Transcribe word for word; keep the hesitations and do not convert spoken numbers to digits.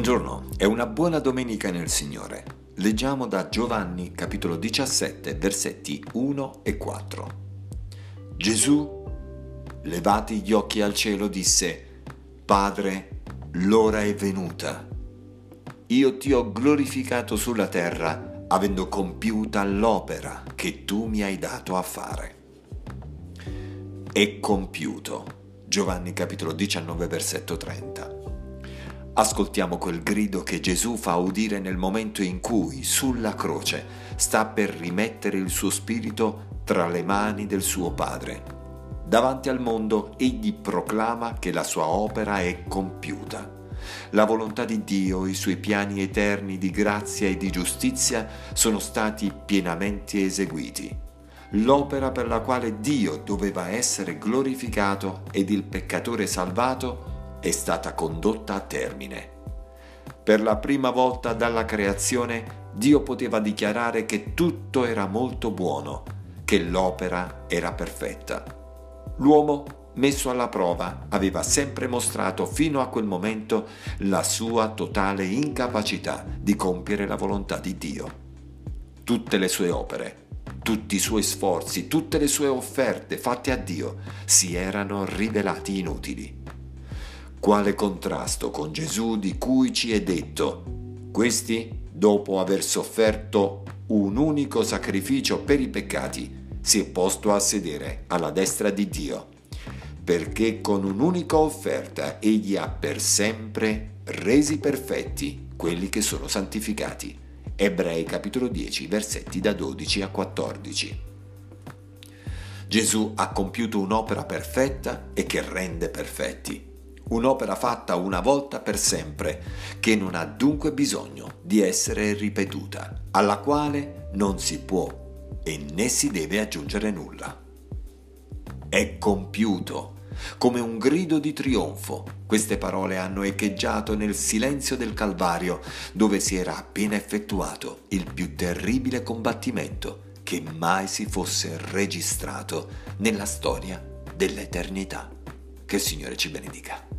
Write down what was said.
Buongiorno e una buona domenica nel Signore. Leggiamo da Giovanni capitolo diciassette versetti uno e quattro. Gesù, levati gli occhi al cielo, disse: Padre, l'ora è venuta. Io ti ho glorificato sulla terra, avendo compiuta l'opera che tu mi hai dato a fare. È compiuto. Giovanni capitolo diciannove versetto trenta. Ascoltiamo quel grido che Gesù fa udire nel momento in cui, sulla croce, sta per rimettere il suo spirito tra le mani del suo Padre. Davanti al mondo egli proclama che la sua opera è compiuta. La volontà di Dio, i suoi piani eterni di grazia e di giustizia sono stati pienamente eseguiti. L'opera per la quale Dio doveva essere glorificato ed il peccatore salvato è stata condotta a termine. Per la prima volta dalla creazione, Dio poteva dichiarare che tutto era molto buono, che l'opera era perfetta. L'uomo, messo alla prova, aveva sempre mostrato fino a quel momento la sua totale incapacità di compiere la volontà di Dio. Tutte le sue opere, tutti i suoi sforzi, tutte le sue offerte fatte a Dio si erano rivelati inutili. Quale contrasto con Gesù di cui ci è detto: questi, dopo aver sofferto un unico sacrificio per i peccati, si è posto a sedere alla destra di Dio, perché con un'unica offerta egli ha per sempre resi perfetti quelli che sono santificati. Ebrei capitolo dieci versetti da dodici a quattordici. Gesù ha compiuto un'opera perfetta e che rende perfetti. Un'opera fatta una volta per sempre, che non ha dunque bisogno di essere ripetuta, alla quale non si può e né si deve aggiungere nulla. È compiuto. Come un grido di trionfo, queste parole hanno echeggiato nel silenzio del Calvario, dove si era appena effettuato il più terribile combattimento che mai si fosse registrato nella storia dell'eternità. Che il Signore ci benedica.